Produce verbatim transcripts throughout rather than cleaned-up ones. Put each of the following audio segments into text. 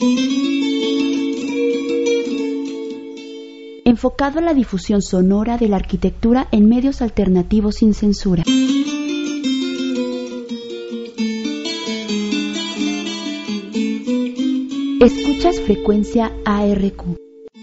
Enfocado a la difusión sonora de la arquitectura en medios alternativos sin censura. Escuchas Frecuencia A R Q.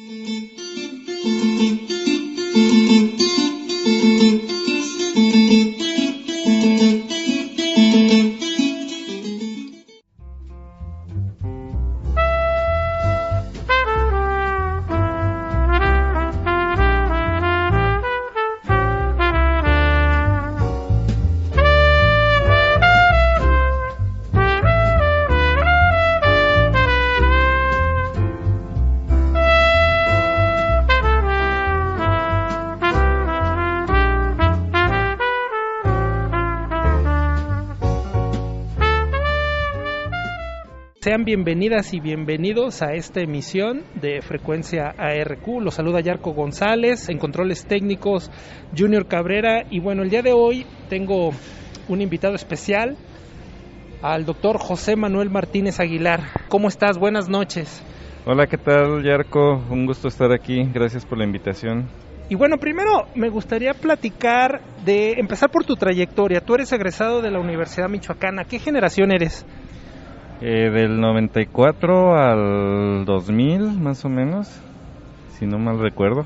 Sean bienvenidas y bienvenidos a esta emisión de Frecuencia A R Q. Los saluda Yarko González, en controles técnicos Junior Cabrera. Y bueno, el día de hoy tengo un invitado especial, al doctor José Manuel Martínez Aguilar. ¿Cómo estás? Buenas noches. Hola, ¿qué tal, Yarko? Un gusto estar aquí, gracias por la invitación. Y bueno, primero me gustaría platicar de, empezar por tu trayectoria. Tú eres egresado de la Universidad Michoacana. ¿Qué generación eres? Eh, del noventa y cuatro al dos mil, más o menos, si no mal recuerdo.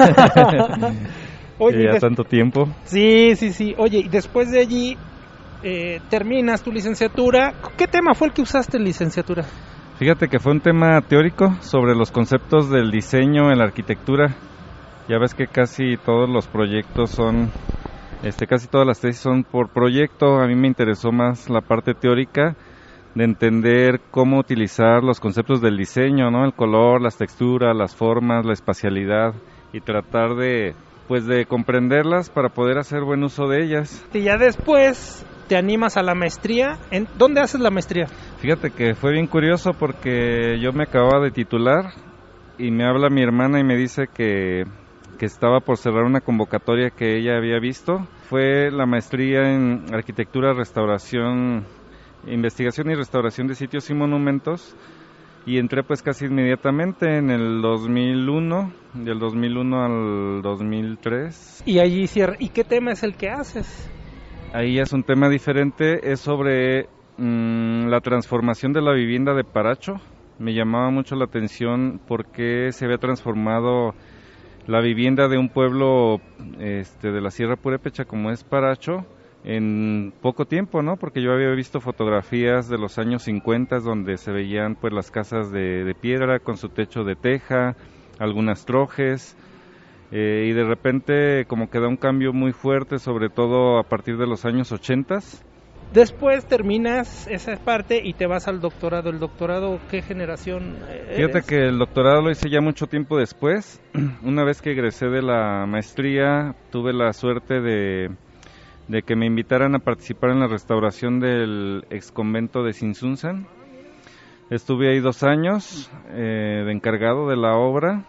Oye, ya des... tanto tiempo. Sí, sí, sí. Oye, y después de allí eh, terminas tu licenciatura. ¿Qué tema fue el que usaste en licenciatura? Fíjate que fue un tema teórico sobre los conceptos del diseño en la arquitectura. Ya ves que casi todos los proyectos son, este, casi todas las tesis son por proyecto. A mí me interesó más la parte teórica, de entender cómo utilizar los conceptos del diseño, ¿no? El color, las texturas, las formas, la espacialidad, y tratar de, pues, de comprenderlas para poder hacer buen uso de ellas. Y ya después te animas a la maestría. ¿En dónde haces la maestría? Fíjate que fue bien curioso porque yo me acababa de titular y me habla mi hermana y me dice que, que estaba por cerrar una convocatoria que ella había visto. Fue la maestría en arquitectura, restauración, investigación y restauración de sitios y monumentos, y entré pues casi inmediatamente en el dos mil uno, del dos mil uno al dos mil tres. Y allí cierra. ¿Y qué tema es el que haces? Ahí es un tema diferente, es sobre mmm, la transformación de la vivienda de Paracho. Me llamaba mucho la atención porque se había transformado la vivienda de un pueblo este, de la Sierra Purépecha como es Paracho en poco tiempo, ¿no? Porque yo había visto fotografías de los años cincuenta donde se veían pues las casas de, de piedra con su techo de teja, algunas trojes, eh, y de repente como que da un cambio muy fuerte, sobre todo a partir de los años ochentas. Después terminas esa parte y te vas al doctorado. ¿El doctorado qué generación eres? Fíjate que el doctorado lo hice ya mucho tiempo después. Una vez que egresé de la maestría, tuve la suerte de de que me invitaran a participar en la restauración del exconvento de Tzintzuntzan. Estuve ahí dos años eh, de encargado de la obra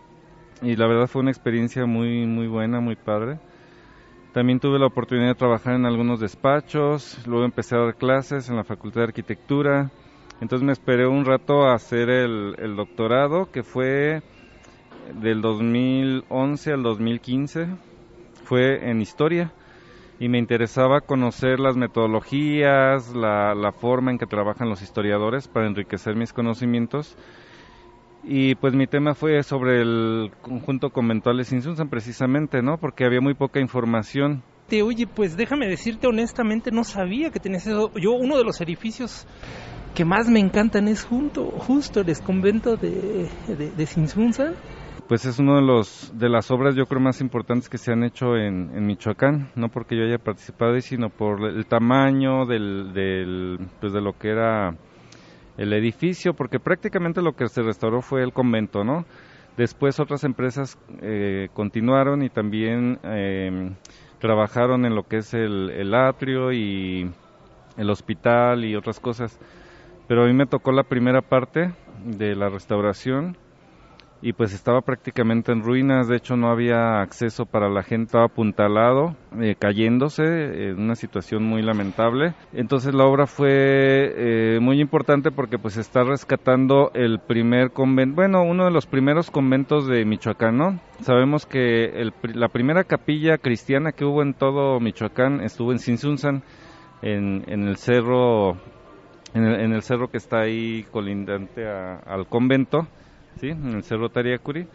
y la verdad fue una experiencia muy muy buena, muy padre. También tuve la oportunidad de trabajar en algunos despachos, luego empecé a dar clases en la Facultad de Arquitectura, entonces me esperé un rato a hacer el, el doctorado, que fue del dos mil once al dos mil quince, fue en Historia. Y me interesaba conocer las metodologías, la, la forma en que trabajan los historiadores para enriquecer mis conocimientos. Y pues mi tema fue sobre el conjunto conventual de Tzintzuntzan precisamente, ¿no? Porque había muy poca información. Oye, pues déjame decirte honestamente, no sabía que tenías eso. Yo, uno de los edificios que más me encantan es junto, justo el exconvento de, de, de Tzintzuntzan. Pues es uno de los de las obras yo creo más importantes que se han hecho en, en Michoacán, no porque yo haya participado ahí, sino por el tamaño del, del pues de lo que era el edificio, porque prácticamente lo que se restauró fue el convento, ¿no? Después otras empresas eh, continuaron y también eh, trabajaron en lo que es el, el atrio y el hospital y otras cosas, pero a mí me tocó la primera parte de la restauración. y pues estaba prácticamente en ruinas. De hecho no había acceso para la gente, estaba apuntalado, eh, cayéndose, en una situación muy lamentable. Entonces la obra fue eh, muy importante porque pues está rescatando el primer convento, bueno, uno de los primeros conventos de Michoacán, ¿no? Sabemos que el, la primera capilla cristiana que hubo en todo Michoacán estuvo en Tzintzuntzan, en, en el cerro, en el, en el cerro que está ahí colindante a, al convento, ¿sí? En el cerro Tariacuri.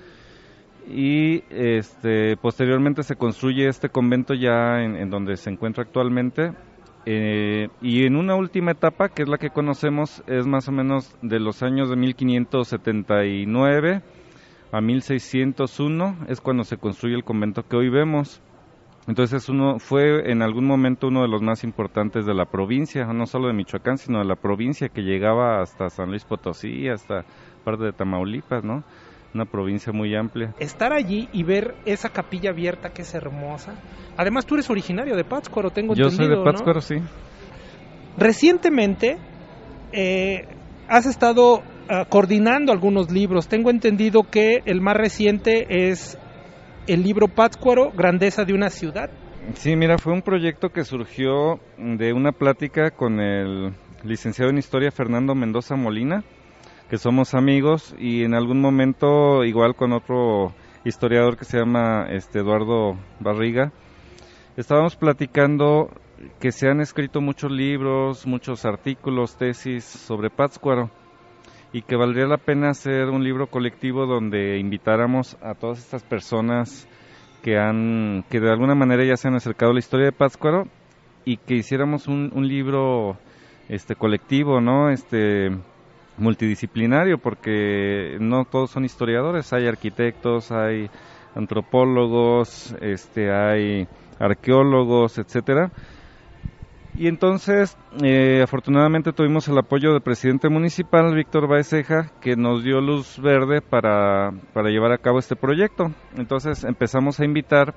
Y este, posteriormente se construye este convento ya en, en donde se encuentra actualmente. Eh, y en una última etapa, que es la que conocemos, es más o menos de los años de mil quinientos setenta y nueve a mil seiscientos uno, es cuando se construye el convento que hoy vemos. Entonces uno fue en algún momento uno de los más importantes de la provincia, no solo de Michoacán, sino de la provincia, que llegaba hasta San Luis Potosí, hasta parte de Tamaulipas, ¿no? Una provincia muy amplia. Estar allí y ver esa capilla abierta que es hermosa. Además, tú eres originario de Pátzcuaro, tengo Yo entendido, soy de Pátzcuaro, ¿no? sí. Recientemente eh, has estado uh, coordinando algunos libros. Tengo entendido que el más reciente es el libro Pátzcuaro, Grandeza de una Ciudad. Sí, mira, fue un proyecto que surgió de una plática con el licenciado en Historia Fernando Mendoza Molina, que somos amigos, y en algún momento igual con otro historiador que se llama este Eduardo Barriga, estábamos platicando que se han escrito muchos libros, muchos artículos, tesis sobre Pátzcuaro, y que valdría la pena hacer un libro colectivo donde invitáramos a todas estas personas que han, que de alguna manera ya se han acercado a la historia de Pátzcuaro, y que hiciéramos un, un libro este colectivo, ¿no? Este multidisciplinario, porque no todos son historiadores, hay arquitectos, hay antropólogos, este, hay arqueólogos, etcétera. Y entonces, eh, afortunadamente tuvimos el apoyo del presidente municipal, Víctor Baezeja, que nos dio luz verde para, para llevar a cabo este proyecto. Entonces empezamos a invitar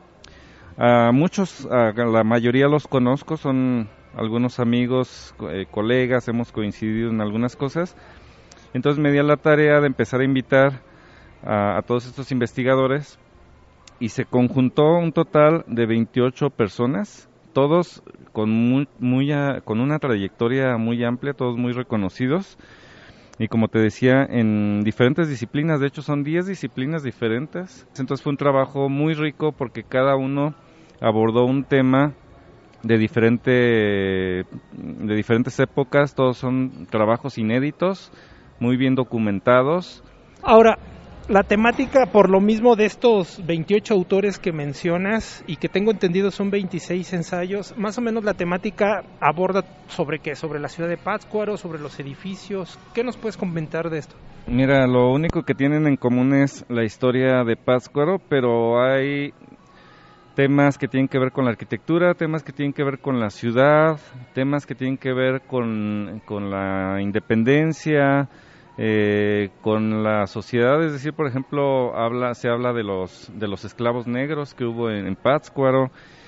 a muchos, a la mayoría los conozco, son algunos amigos, eh, colegas, hemos coincidido en algunas cosas. Entonces me di a la tarea de empezar a invitar a, a todos estos investigadores, y se conjuntó un total de veintiocho personas, todos con muy, muy a, con una trayectoria muy amplia, todos muy reconocidos, y como te decía, en diferentes disciplinas. De hecho son diez disciplinas diferentes. Entonces fue un trabajo muy rico porque cada uno abordó un tema de diferente de diferentes épocas. Todos son trabajos inéditos, muy bien documentados. Ahora, la temática, por lo mismo de estos veintiocho autores que mencionas, y que tengo entendido son veintiséis ensayos, más o menos la temática aborda sobre qué, sobre la ciudad de Pátzcuaro, sobre los edificios. ¿Qué nos puedes comentar de esto? Mira, lo único que tienen en común es la historia de Pátzcuaro, pero hay temas que tienen que ver con la arquitectura, temas que tienen que ver con la ciudad, temas que tienen que ver con, con la independencia, eh, con la sociedad. Es decir, por ejemplo, habla, se habla de los, de los esclavos negros que hubo en, en Pátzcuaro,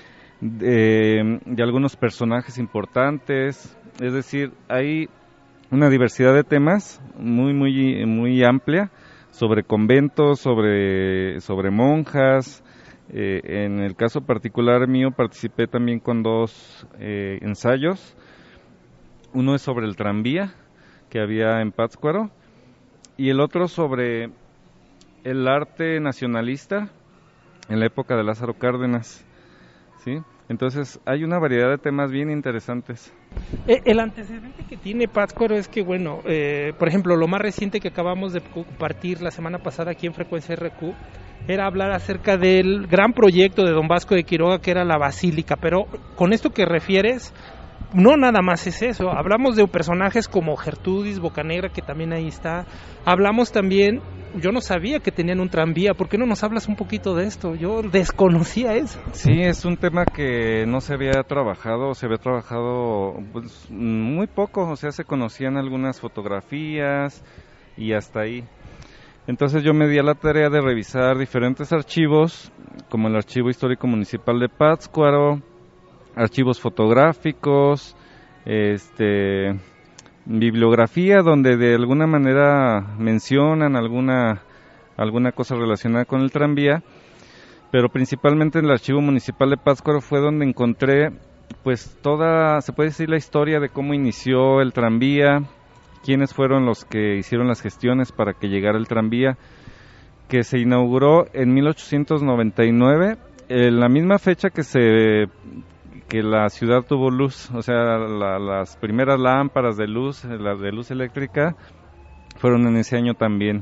de, de algunos personajes importantes. Es decir, hay una diversidad de temas muy, muy, muy amplia sobre conventos, sobre, sobre monjas. Eh, en el caso particular mío participé también con dos eh, ensayos. Uno es sobre el tranvía que había en Pátzcuaro, y el otro sobre el arte nacionalista en la época de Lázaro Cárdenas, ¿sí? Entonces hay una variedad de temas bien interesantes. Eh, el antecedente que tiene Pátzcuaro es que, bueno, eh, por ejemplo, lo más reciente que acabamos de compartir la semana pasada aquí en Frecuencia R Q era hablar acerca del gran proyecto de Don Vasco de Quiroga, que era la Basílica. Pero con esto que refieres, no nada más es eso. Hablamos de personajes como Gertrudis Bocanegra, que también ahí está. Hablamos también, yo no sabía que tenían un tranvía. ¿Por qué no nos hablas un poquito de esto? Yo desconocía eso. Sí, es un tema que no se había trabajado, se había trabajado pues, muy poco. O sea, se conocían algunas fotografías y hasta ahí. Entonces yo me di a la tarea de revisar diferentes archivos, como el Archivo Histórico Municipal de Pátzcuaro, archivos fotográficos, este, bibliografía donde de alguna manera mencionan alguna alguna cosa relacionada con el tranvía, pero principalmente en el Archivo Municipal de Pátzcuaro fue donde encontré pues toda, se puede decir, la historia de cómo inició el tranvía, quiénes fueron los que hicieron las gestiones para que llegara el tranvía, que se inauguró en mil ochocientos noventa y nueve, en la misma fecha que se que la ciudad tuvo luz, o sea, la, las primeras lámparas de luz, las de luz eléctrica, fueron en ese año también.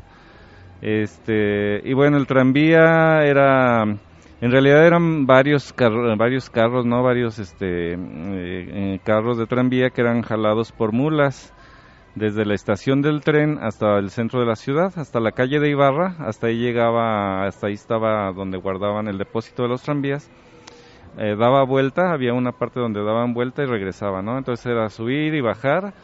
Este, y bueno, el tranvía era, en realidad eran varios carros, varios carros, no, varios este eh, carros de tranvía que eran jalados por mulas, desde la estación del tren hasta el centro de la ciudad, hasta la calle de Ibarra, hasta ahí llegaba, hasta ahí estaba donde guardaban el depósito de los tranvías. Eh, daba vuelta, había una parte donde daban vuelta y regresaban, ¿no? Entonces era subir y bajar.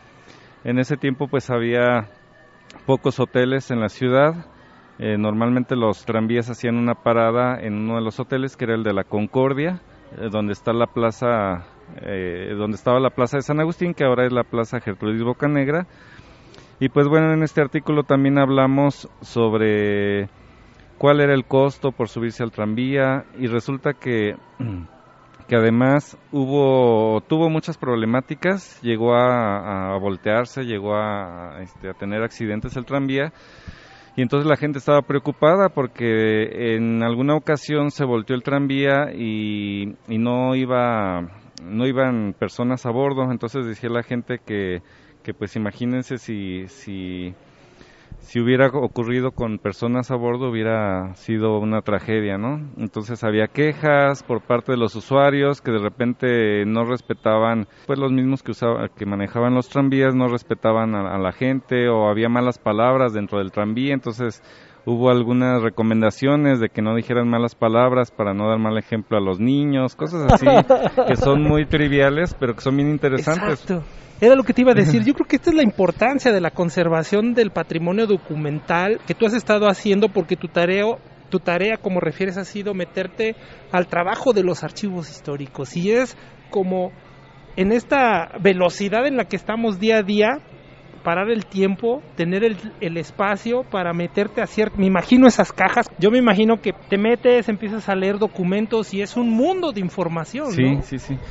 En ese tiempo pues había pocos hoteles en la ciudad. Eh, normalmente los tranvías hacían una parada en uno de los hoteles, que era el de la Concordia, eh, donde está la plaza, eh, donde estaba la plaza de San Agustín, que ahora es la plaza Gertrudis Bocanegra. Y pues bueno, en este artículo también hablamos sobre cuál era el costo por subirse al tranvía, y resulta que, que además hubo tuvo muchas problemáticas, llegó a, a voltearse, llegó a, este, a tener accidentes el tranvía, y entonces la gente estaba preocupada porque en alguna ocasión se volteó el tranvía y, y no iba no iban personas a bordo. Entonces decía la gente que, que pues imagínense si si Si hubiera ocurrido con personas a bordo, hubiera sido una tragedia, ¿no? Entonces había quejas por parte de los usuarios que de repente no respetaban, pues los mismos que usaban, que manejaban los tranvías, no respetaban a, a la gente, o había malas palabras dentro del tranvía. Entonces hubo algunas recomendaciones de que no dijeran malas palabras para no dar mal ejemplo a los niños, cosas así que son muy triviales, pero que son bien interesantes. Exacto. Era lo que te iba a decir. Yo creo que esta es la importancia de la conservación del patrimonio documental que tú has estado haciendo, porque tu tarea, tu tarea, como refieres, ha sido meterte al trabajo de los archivos históricos. Y es como en esta velocidad en la que estamos día a día, parar el tiempo, tener el, el espacio para meterte a cierto... Me imagino esas cajas, yo me imagino que te metes, empiezas a leer documentos y es un mundo de información, sí, ¿no? Sí, sí, sí.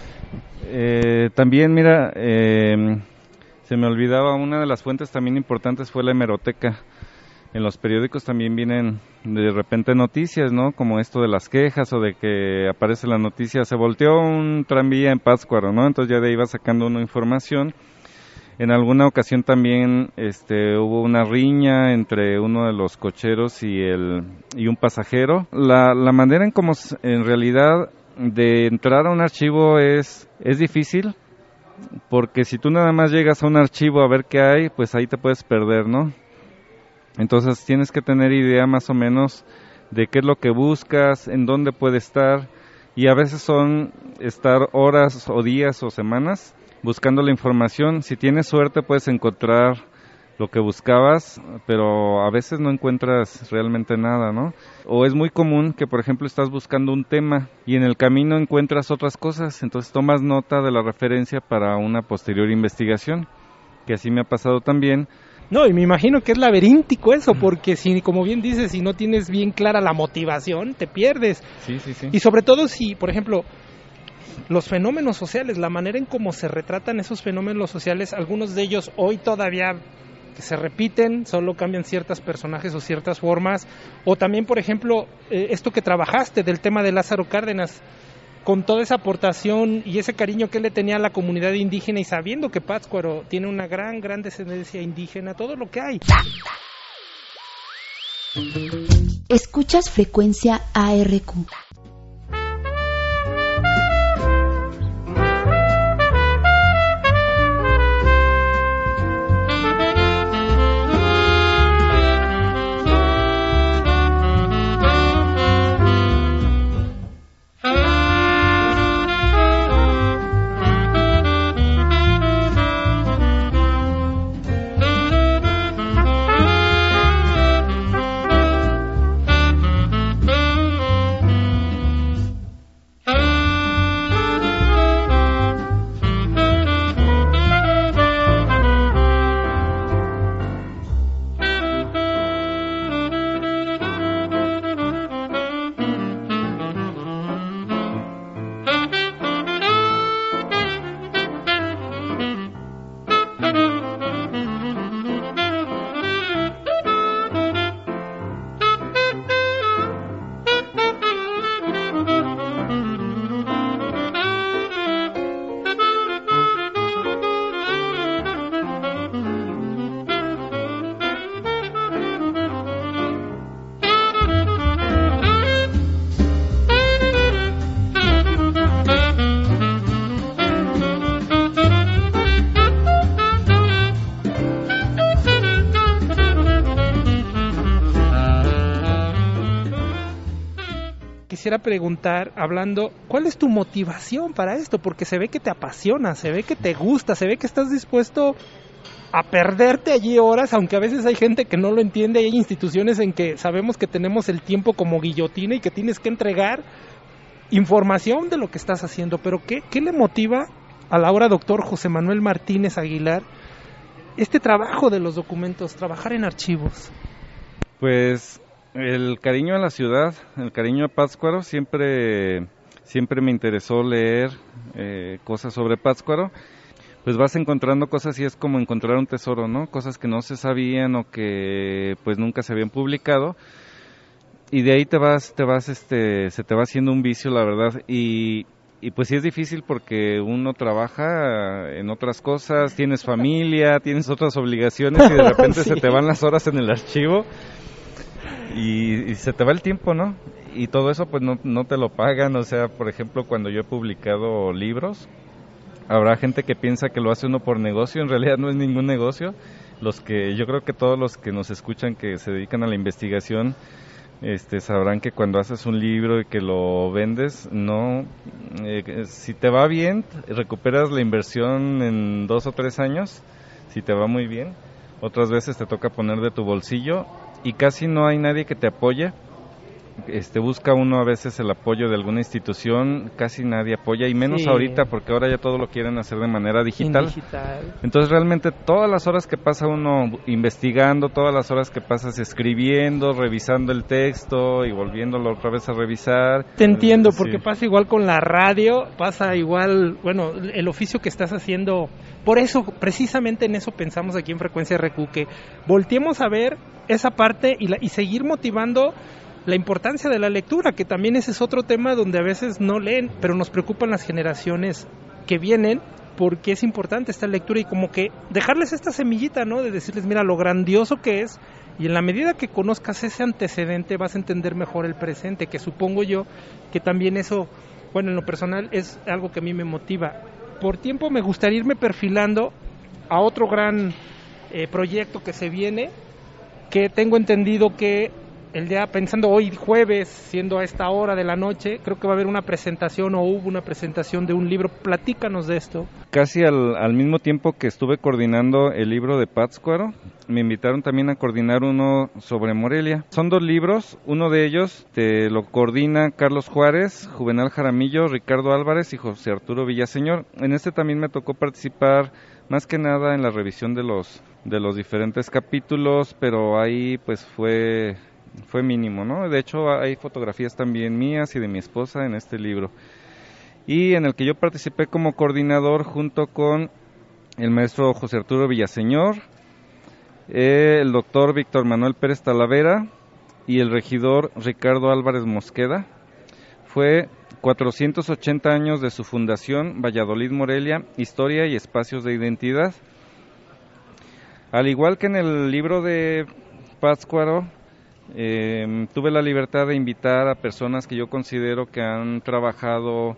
Eh, también, mira, eh, se me olvidaba, una de las fuentes también importantes fue la hemeroteca. En los periódicos también vienen de repente noticias, ¿no? Como esto de las quejas, o de que aparece la noticia, se volteó un tranvía en Pátzcuaro, ¿no? Entonces ya de ahí va sacando una información. En alguna ocasión también este, hubo una riña entre uno de los cocheros y, el, y un pasajero. La, la manera en cómo en realidad de entrar a un archivo es, es difícil, porque si tú nada más llegas a un archivo a ver qué hay, pues ahí te puedes perder, ¿no? Entonces tienes que tener idea más o menos de qué es lo que buscas, en dónde puede estar, y a veces son estar horas o días o semanas buscando la información. Si tienes suerte puedes encontrar lo que buscabas, pero a veces no encuentras realmente nada, ¿no? O es muy común que, por ejemplo, estás buscando un tema y en el camino encuentras otras cosas, entonces tomas nota de la referencia para una posterior investigación, que así me ha pasado también. No, y me imagino que es laberíntico eso, porque si, como bien dices, si no tienes bien clara la motivación, te pierdes. Sí, sí, sí. Y sobre todo si, por ejemplo, los fenómenos sociales, la manera en cómo se retratan esos fenómenos sociales, algunos de ellos hoy todavía se repiten, solo cambian ciertos personajes o ciertas formas, o también, por ejemplo, eh, esto que trabajaste del tema de Lázaro Cárdenas, con toda esa aportación y ese cariño que él le tenía a la comunidad indígena, y sabiendo que Pátzcuaro tiene una gran, gran descendencia indígena, todo lo que hay. Escuchas Frecuencia A R Q. quisiera preguntar, hablando, ¿cuál es tu motivación para esto? Porque se ve que te apasiona, se ve que te gusta, se ve que estás dispuesto a perderte allí horas, aunque a veces hay gente que no lo entiende, hay instituciones en que sabemos que tenemos el tiempo como guillotina y que tienes que entregar información de lo que estás haciendo, pero ¿qué, qué le motiva al ahora doctor José Manuel Martínez Aguilar este trabajo de los documentos, trabajar en archivos? Pues el cariño a la ciudad, el cariño a Pátzcuaro, siempre, siempre me interesó leer eh, cosas sobre Pátzcuaro. Pues vas encontrando cosas y es como encontrar un tesoro, ¿no? Cosas que no se sabían o que pues nunca se habían publicado. Y de ahí te vas, te vas, este, se te va haciendo un vicio, la verdad. Y, y pues sí es difícil porque uno trabaja en otras cosas, tienes familia, tienes otras obligaciones y de repente sí. Se te van las horas en el archivo y, y se te va el tiempo, ¿no? Y todo eso pues no, no te lo pagan, o sea, por ejemplo, cuando yo he publicado libros, habrá gente que piensa que lo hace uno por negocio, en realidad no es ningún negocio. Los que, yo creo que todos los que nos escuchan que se dedican a la investigación, Este, sabrán que cuando haces un libro y que lo vendes, no, eh, si te va bien, recuperas la inversión en dos o tres años, si te va muy bien, otras veces te toca poner de tu bolsillo y casi no hay nadie que te apoye. Este, busca uno a veces el apoyo de alguna institución, casi nadie apoya, y menos sí. ahorita porque ahora ya todo lo quieren hacer de manera digital. digital. Entonces realmente todas las horas que pasa uno investigando, todas las horas que pasas escribiendo, revisando el texto y volviéndolo otra vez a revisar. Te entiendo, sí. porque pasa igual con la radio, pasa igual, bueno, el oficio que estás haciendo. Por eso, precisamente en eso pensamos aquí en Frecuencia R Q, que volteemos a ver esa parte y, la, y seguir motivando la importancia de la lectura, que también ese es otro tema donde a veces no leen, pero nos preocupan las generaciones que vienen, porque es importante esta lectura y como que dejarles esta semillita, ¿no? De decirles, mira, lo grandioso que es, y en la medida que conozcas ese antecedente vas a entender mejor el presente, que supongo yo que también eso, bueno, en lo personal es algo que a mí me motiva. Por tiempo me gustaría irme perfilando a otro gran eh, proyecto que se viene, que tengo entendido que el día, pensando hoy jueves, siendo a esta hora de la noche, creo que va a haber una presentación o hubo una presentación de un libro. Platícanos de esto. Casi al, al mismo tiempo que estuve coordinando el libro de Pátzcuaro, me invitaron también a coordinar uno sobre Morelia. Son dos libros, uno de ellos te lo coordina Carlos Juárez, Juvenal Jaramillo, Ricardo Álvarez y José Arturo Villaseñor. En este también me tocó participar más que nada en la revisión de los, de los diferentes capítulos, pero ahí pues fue... fue mínimo, ¿no? De hecho, hay fotografías también mías y de mi esposa en este libro. Y en el que yo participé como coordinador junto con el maestro José Arturo Villaseñor, eh, el doctor Víctor Manuel Pérez Talavera y el regidor Ricardo Álvarez Mosqueda. Fue cuatrocientos ochenta años de su fundación, Valladolid Morelia, Historia y Espacios de Identidad. Al igual que en el libro de Pátzcuaro, Eh, tuve la libertad de invitar a personas que yo considero que han trabajado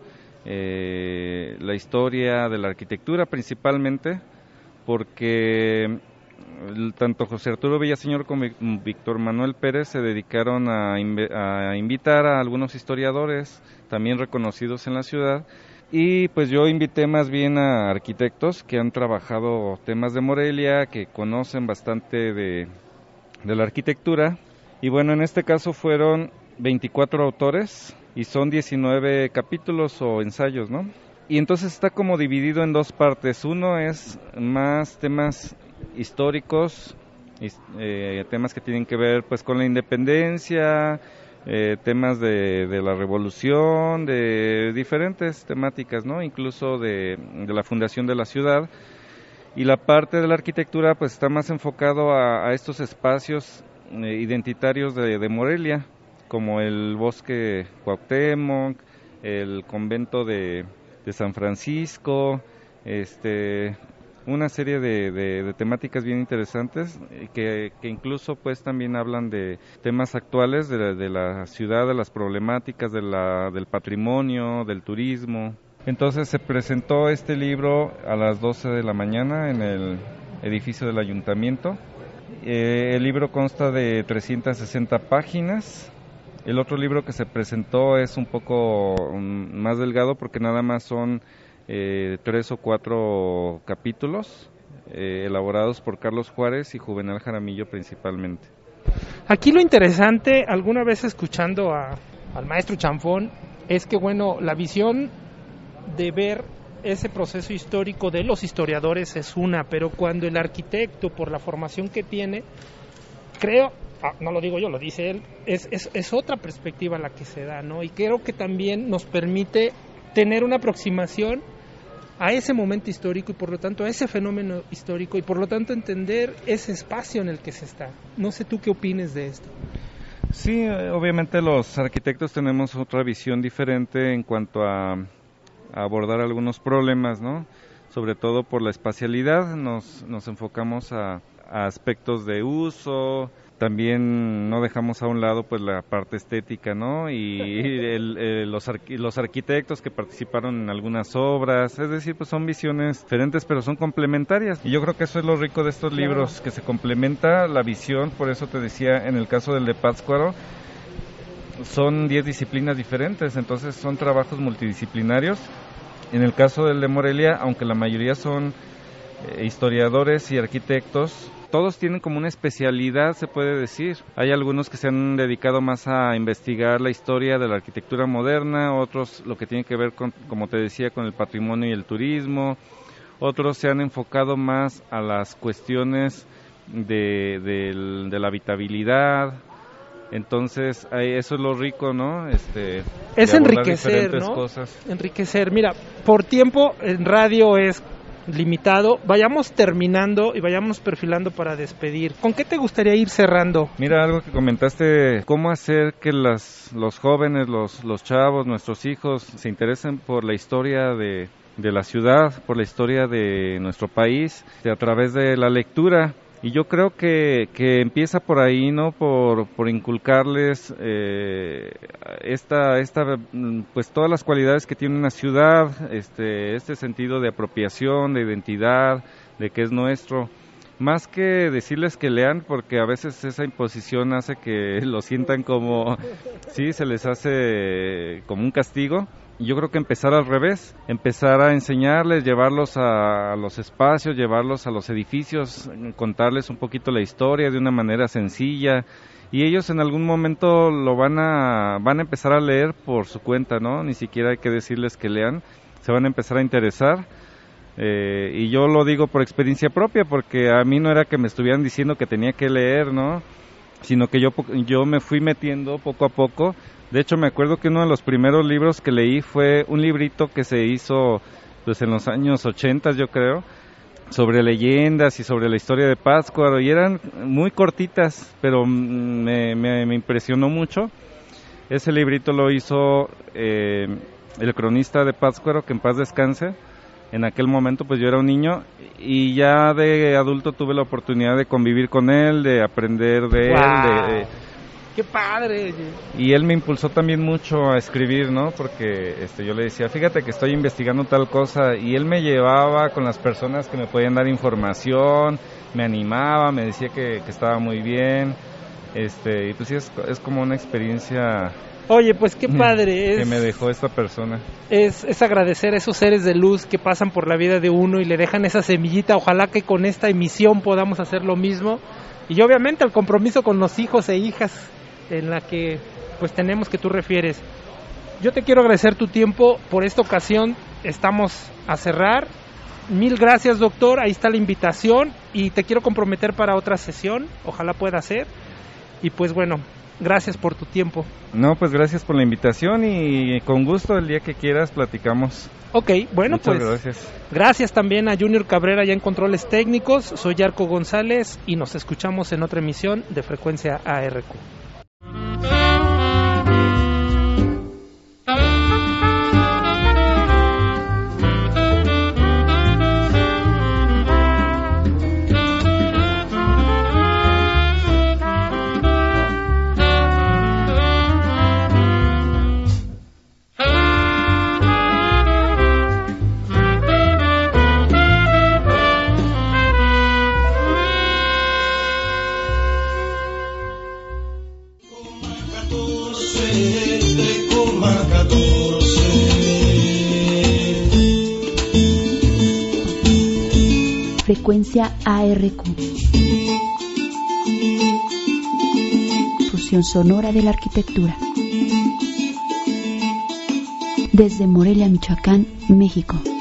eh, la historia de la arquitectura principalmente, porque tanto José Arturo Villaseñor como Víctor Manuel Pérez se dedicaron a, inv- a invitar a algunos historiadores también reconocidos en la ciudad, y pues yo invité más bien a arquitectos que han trabajado temas de Morelia, que conocen bastante de, de la arquitectura. Y bueno, en este caso fueron veinticuatro autores y son diecinueve capítulos o ensayos, ¿no? Y entonces está como dividido en dos partes. Uno es más temas históricos, eh, temas que tienen que ver pues con la independencia, eh, temas de, de la revolución, de diferentes temáticas, ¿no? Incluso de, de la fundación de la ciudad. Y la parte de la arquitectura pues está más enfocado a, a estos espacios identitarios de, de Morelia, como el Bosque Cuauhtémoc, el convento de, de San Francisco, este, una serie de, de, de temáticas bien interesantes que, que incluso pues también hablan de temas actuales de la, de la ciudad, de las problemáticas de la, del patrimonio, del turismo. Entonces se presentó este libro a las doce de la mañana en el edificio del ayuntamiento. Eh, el libro consta de trescientas sesenta páginas El otro libro que se presentó es un poco um, más delgado porque nada más son eh, tres o cuatro capítulos eh, elaborados por Carlos Juárez y Juvenal Jaramillo principalmente. Aquí lo interesante, alguna vez escuchando a, al maestro Chanfón, es que bueno, la visión de ver ese proceso histórico de los historiadores es una, pero cuando el arquitecto, por la formación que tiene, creo, ah, no lo digo yo, lo dice él, es, es, es otra perspectiva la que se da, ¿no? Y creo que también nos permite tener una aproximación a ese momento histórico y por lo tanto a ese fenómeno histórico y por lo tanto entender ese espacio en el que se está. No sé tú qué opines de esto. Sí, obviamente los arquitectos tenemos otra visión diferente en cuanto a, a abordar algunos problemas, ¿no? Sobre todo por la espacialidad, nos, nos enfocamos a, a aspectos de uso. También no dejamos a un lado pues la parte estética, ¿no? Y el, el, los, arqu- los arquitectos que participaron en algunas obras, es decir, pues son visiones diferentes, pero son complementarias. Y yo creo que eso es lo rico de estos libros, claro, que se complementa la visión. Por eso te decía, en el caso del de Pátzcuaro, son diez disciplinas diferentes, entonces son trabajos multidisciplinarios. En el caso del de Morelia, aunque la mayoría son eh, historiadores y arquitectos, todos tienen como una especialidad, se puede decir. Hay algunos que se han dedicado más a investigar la historia de la arquitectura moderna, otros lo que tiene que ver con, como te decía, con el patrimonio y el turismo, otros se han enfocado más a las cuestiones de, de, de la habitabilidad. Entonces, eso es lo rico, ¿no? Este, es enriquecer, ¿no? Cosas. Enriquecer. Mira, por tiempo en radio es limitado, vayamos terminando y vayamos perfilando para despedir. ¿Con qué te gustaría ir cerrando? Mira, algo que comentaste, cómo hacer que las, los jóvenes, los, los chavos, nuestros hijos se interesen por la historia de, de la ciudad, por la historia de nuestro país, de, a través de la lectura. Y yo creo que, que empieza por ahí, ¿no? Por, por inculcarles eh, esta, esta, pues todas las cualidades que tiene una ciudad, este, este sentido de apropiación, de identidad, de que es nuestro. Más que decirles que lean, porque a veces esa imposición hace que lo sientan como, sí, se les hace como un castigo. Yo creo que empezar al revés, empezar a enseñarles, llevarlos a, a los espacios, llevarlos a los edificios, contarles un poquito la historia de una manera sencilla, y ellos en algún momento lo van a van a empezar a leer por su cuenta, ¿no? Ni siquiera hay que decirles que lean, se van a empezar a interesar. Eh, y yo lo digo por experiencia propia, porque a mí no era que me estuvieran diciendo que tenía que leer, ¿no? Sino que yo, yo me fui metiendo poco a poco. De hecho, me acuerdo que uno de los primeros libros que leí fue un librito que se hizo pues en los años ochenta, yo creo, sobre leyendas y sobre la historia de Pátzcuaro, y eran muy cortitas, pero me, me, me impresionó mucho. Ese librito lo hizo eh, el cronista de Pátzcuaro, que en paz descanse. En aquel momento pues yo era un niño, y ya de adulto tuve la oportunidad de convivir con él, de aprender de wow. él, de, de ¡qué padre! Y él me impulsó también mucho a escribir, ¿no? Porque este, yo le decía, fíjate que estoy investigando tal cosa, y él me llevaba con las personas que me podían dar información, me animaba, me decía que, que estaba muy bien, este, y pues sí, es, es como una experiencia... Oye, pues qué padre es, que me dejó esta persona. Es, es agradecer a esos seres de luz que pasan por la vida de uno y le dejan esa semillita. Ojalá que con esta emisión podamos hacer lo mismo. Y obviamente el compromiso con los hijos e hijas en la que pues tenemos, que tú refieres. Yo te quiero agradecer tu tiempo. Por esta ocasión estamos a cerrar. Mil gracias, doctor. Ahí está la invitación y te quiero comprometer para otra sesión. Ojalá pueda ser. Y pues bueno, gracias por tu tiempo. No, pues gracias por la invitación y con gusto el día que quieras platicamos. Ok, bueno, muchas pues gracias. Gracias también a Junior Cabrera ya en controles técnicos. Soy Yarko González y nos escuchamos en otra emisión de Frecuencia A R Q. Frecuencia A R Q. Difusión sonora de la arquitectura. Desde Morelia, Michoacán, México.